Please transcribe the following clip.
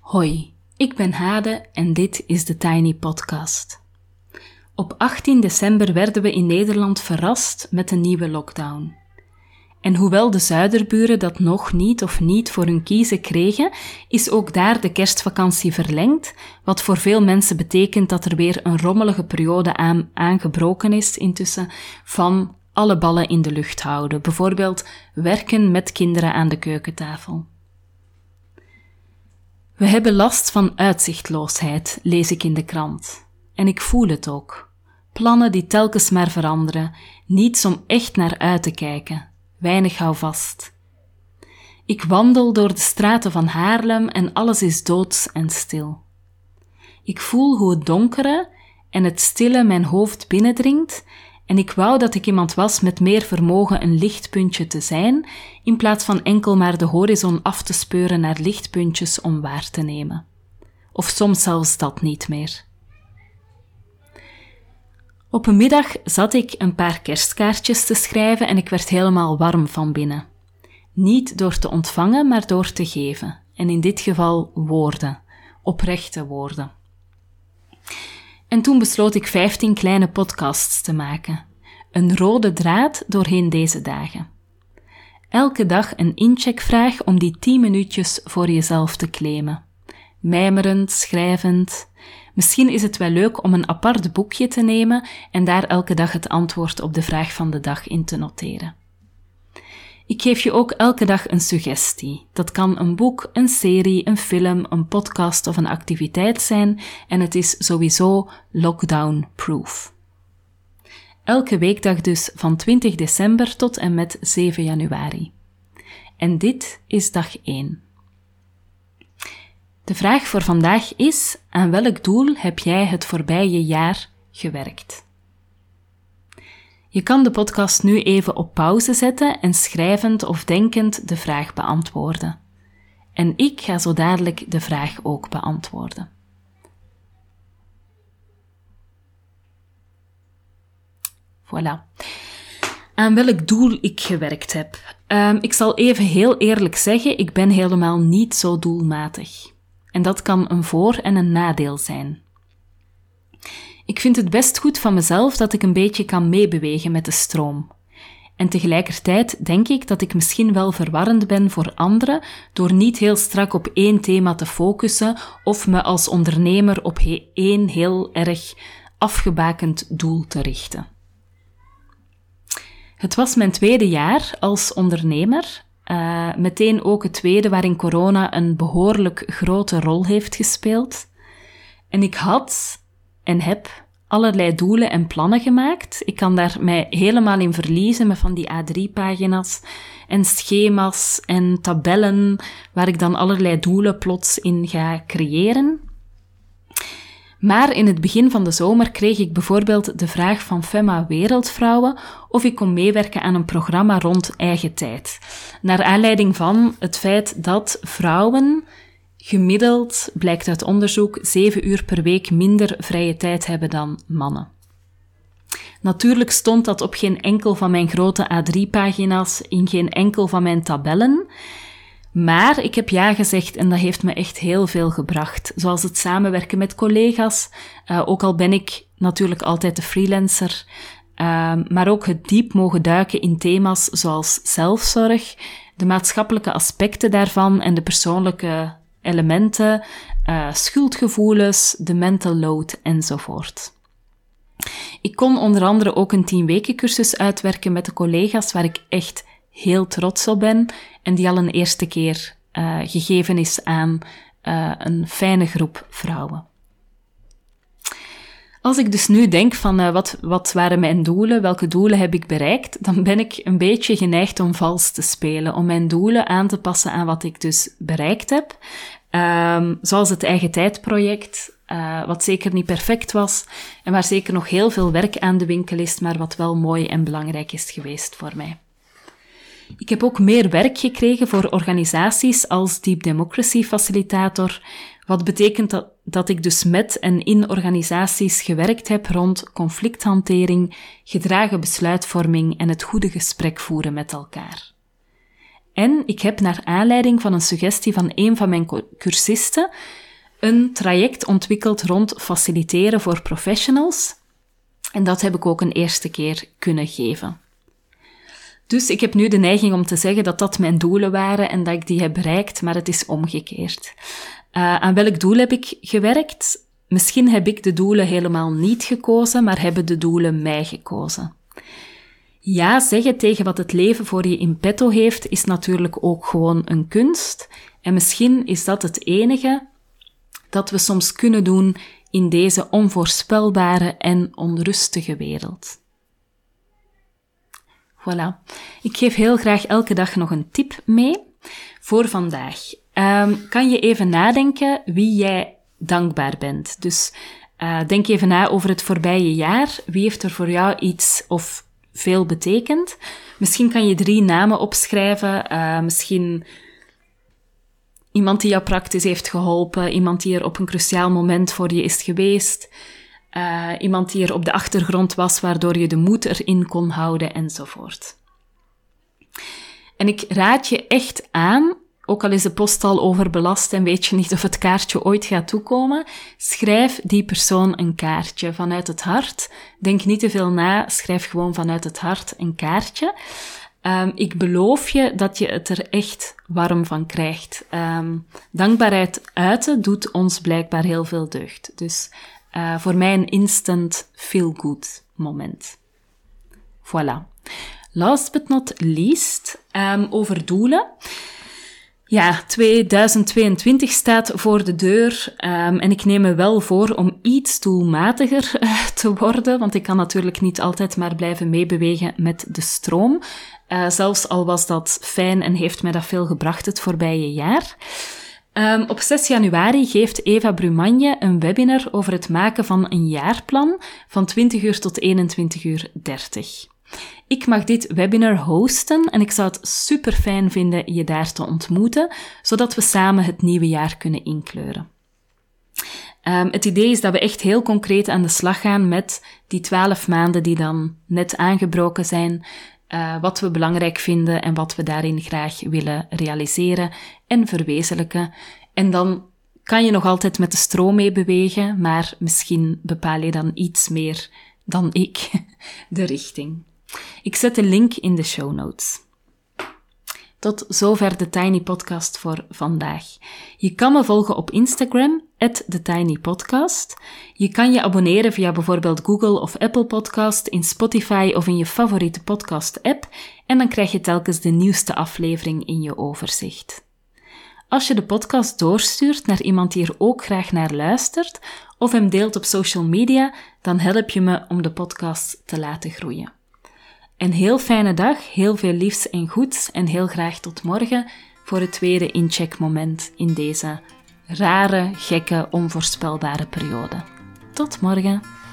Hoi, ik ben Hade en dit is de Tiny Podcast. Op 18 december werden we in Nederland verrast met een nieuwe lockdown. En hoewel de zuiderburen dat nog niet of niet voor hun kiezen kregen, is ook daar de kerstvakantie verlengd, wat voor veel mensen betekent dat er weer een rommelige periode aangebroken is intussen van alle ballen in de lucht houden, bijvoorbeeld werken met kinderen aan de keukentafel. We hebben last van uitzichtloosheid, lees ik in de krant. En ik voel het ook. Plannen die telkens maar veranderen, niets om echt naar uit te kijken, weinig houvast. Ik wandel door de straten van Haarlem en alles is doods en stil. Ik voel hoe het donkere en het stille mijn hoofd binnendringt en ik wou dat ik iemand was met meer vermogen een lichtpuntje te zijn, in plaats van enkel maar de horizon af te speuren naar lichtpuntjes om waar te nemen. Of soms zelfs dat niet meer. Op een middag zat ik een paar kerstkaartjes te schrijven en ik werd helemaal warm van binnen. Niet door te ontvangen, maar door te geven. En in dit geval woorden. Oprechte woorden. En toen besloot ik 15 kleine podcasts te maken. Een rode draad doorheen deze dagen. Elke dag een incheckvraag om die 10 minuutjes voor jezelf te claimen. Mijmerend, schrijvend. Misschien is het wel leuk om een apart boekje te nemen en daar elke dag het antwoord op de vraag van de dag in te noteren. Ik geef je ook elke dag een suggestie. Dat kan een boek, een serie, een film, een podcast of een activiteit zijn en het is sowieso lockdown-proof. Elke weekdag dus van 20 december tot en met 7 januari. En dit is dag 1. De vraag voor vandaag is: aan welk doel heb jij het voorbije jaar gewerkt? Je kan de podcast nu even op pauze zetten en schrijvend of denkend de vraag beantwoorden. En ik ga zo dadelijk de vraag ook beantwoorden. Voilà. Aan welk doel ik gewerkt heb. Ik zal even heel eerlijk zeggen, ik ben helemaal niet zo doelmatig. En dat kan een voor- en een nadeel zijn. Ik vind het best goed van mezelf dat ik een beetje kan meebewegen met de stroom. En tegelijkertijd denk ik dat ik misschien wel verwarrend ben voor anderen door niet heel strak op één thema te focussen of me als ondernemer op één heel erg afgebakend doel te richten. Het was mijn 2e jaar als ondernemer. Meteen ook het 2e waarin corona een behoorlijk grote rol heeft gespeeld. En ik had en heb allerlei doelen en plannen gemaakt. Ik kan daar mij helemaal in verliezen met van die A3-pagina's en schema's en tabellen waar ik dan allerlei doelen plots in ga creëren. Maar in het begin van de zomer kreeg ik bijvoorbeeld de vraag van Femma Wereldvrouwen of ik kon meewerken aan een programma rond eigen tijd. Naar aanleiding van het feit dat vrouwen gemiddeld, blijkt uit onderzoek, 7 uur per week minder vrije tijd hebben dan mannen. Natuurlijk stond dat op geen enkel van mijn grote A3-pagina's, in geen enkel van mijn tabellen. Maar ik heb ja gezegd en dat heeft me echt heel veel gebracht. Zoals het samenwerken met collega's, ook al ben ik natuurlijk altijd de freelancer, maar ook het diep mogen duiken in thema's zoals zelfzorg, de maatschappelijke aspecten daarvan en de persoonlijke elementen, schuldgevoelens, de mental load enzovoort. Ik kon onder andere ook een 10-weken cursus uitwerken met de collega's waar ik echt heel trots op ben en die al een eerste keer gegeven is aan een fijne groep vrouwen. Als ik dus nu denk van wat waren mijn doelen, welke doelen heb ik bereikt, dan ben ik een beetje geneigd om vals te spelen, om mijn doelen aan te passen aan wat ik dus bereikt heb. Zoals het eigen tijdproject, wat zeker niet perfect was en waar zeker nog heel veel werk aan de winkel is, maar wat wel mooi en belangrijk is geweest voor mij. Ik heb ook meer werk gekregen voor organisaties als Deep Democracy Facilitator, wat betekent dat ik dus met en in organisaties gewerkt heb rond conflicthantering, gedragen besluitvorming en het goede gesprek voeren met elkaar. En ik heb naar aanleiding van een suggestie van een van mijn cursisten een traject ontwikkeld rond faciliteren voor professionals. En dat heb ik ook een eerste keer kunnen geven. Dus ik heb nu de neiging om te zeggen dat dat mijn doelen waren en dat ik die heb bereikt, maar het is omgekeerd. Aan welk doel heb ik gewerkt? Misschien heb ik de doelen helemaal niet gekozen, maar hebben de doelen mij gekozen. Ja zeggen tegen wat het leven voor je in petto heeft, is natuurlijk ook gewoon een kunst. En misschien is dat het enige dat we soms kunnen doen in deze onvoorspelbare en onrustige wereld. Voilà. Ik geef heel graag elke dag nog een tip mee voor vandaag. Kan je even nadenken wie jij dankbaar bent? Dus denk even na over het voorbije jaar. Wie heeft er voor jou iets of veel betekend? Misschien kan je 3 namen opschrijven. Misschien iemand die jou praktisch heeft geholpen. Iemand die er op een cruciaal moment voor je is geweest. Iemand die er op de achtergrond was, waardoor je de moed erin kon houden, enzovoort. En ik raad je echt aan, ook al is de post al overbelast en weet je niet of het kaartje ooit gaat toekomen, schrijf die persoon een kaartje vanuit het hart. Denk niet te veel na, schrijf gewoon vanuit het hart een kaartje. Ik beloof je dat je het er echt warm van krijgt. Dankbaarheid uiten doet ons blijkbaar heel veel deugd. Dus voor mij een instant feel-good moment. Voilà. Last but not least, over doelen. Ja, 2022 staat voor de deur en ik neem me wel voor om iets doelmatiger te worden, want ik kan natuurlijk niet altijd maar blijven meebewegen met de stroom. Zelfs al was dat fijn en heeft mij dat veel gebracht het voorbije jaar. Op 6 januari geeft Eva Brumagne een webinar over het maken van een jaarplan van 20 uur tot 21:30 uur. Ik mag dit webinar hosten en ik zou het super fijn vinden je daar te ontmoeten, zodat we samen het nieuwe jaar kunnen inkleuren. Het idee is dat we echt heel concreet aan de slag gaan met die 12 maanden die dan net aangebroken zijn, wat we belangrijk vinden en wat we daarin graag willen realiseren en verwezenlijken. En dan kan je nog altijd met de stroom mee bewegen, maar misschien bepaal je dan iets meer dan ik de richting. Ik zet de link in de show notes. Tot zover de Tiny Podcast voor vandaag. Je kan me volgen op Instagram, @TheTinyPodcast. Je kan je abonneren via bijvoorbeeld Google of Apple Podcast, in Spotify of in je favoriete podcast-app en dan krijg je telkens de nieuwste aflevering in je overzicht. Als je de podcast doorstuurt naar iemand die er ook graag naar luistert of hem deelt op social media, dan help je me om de podcast te laten groeien. Een heel fijne dag, heel veel liefs en goeds en heel graag tot morgen voor het tweede incheckmoment in deze rare, gekke, onvoorspelbare periode. Tot morgen!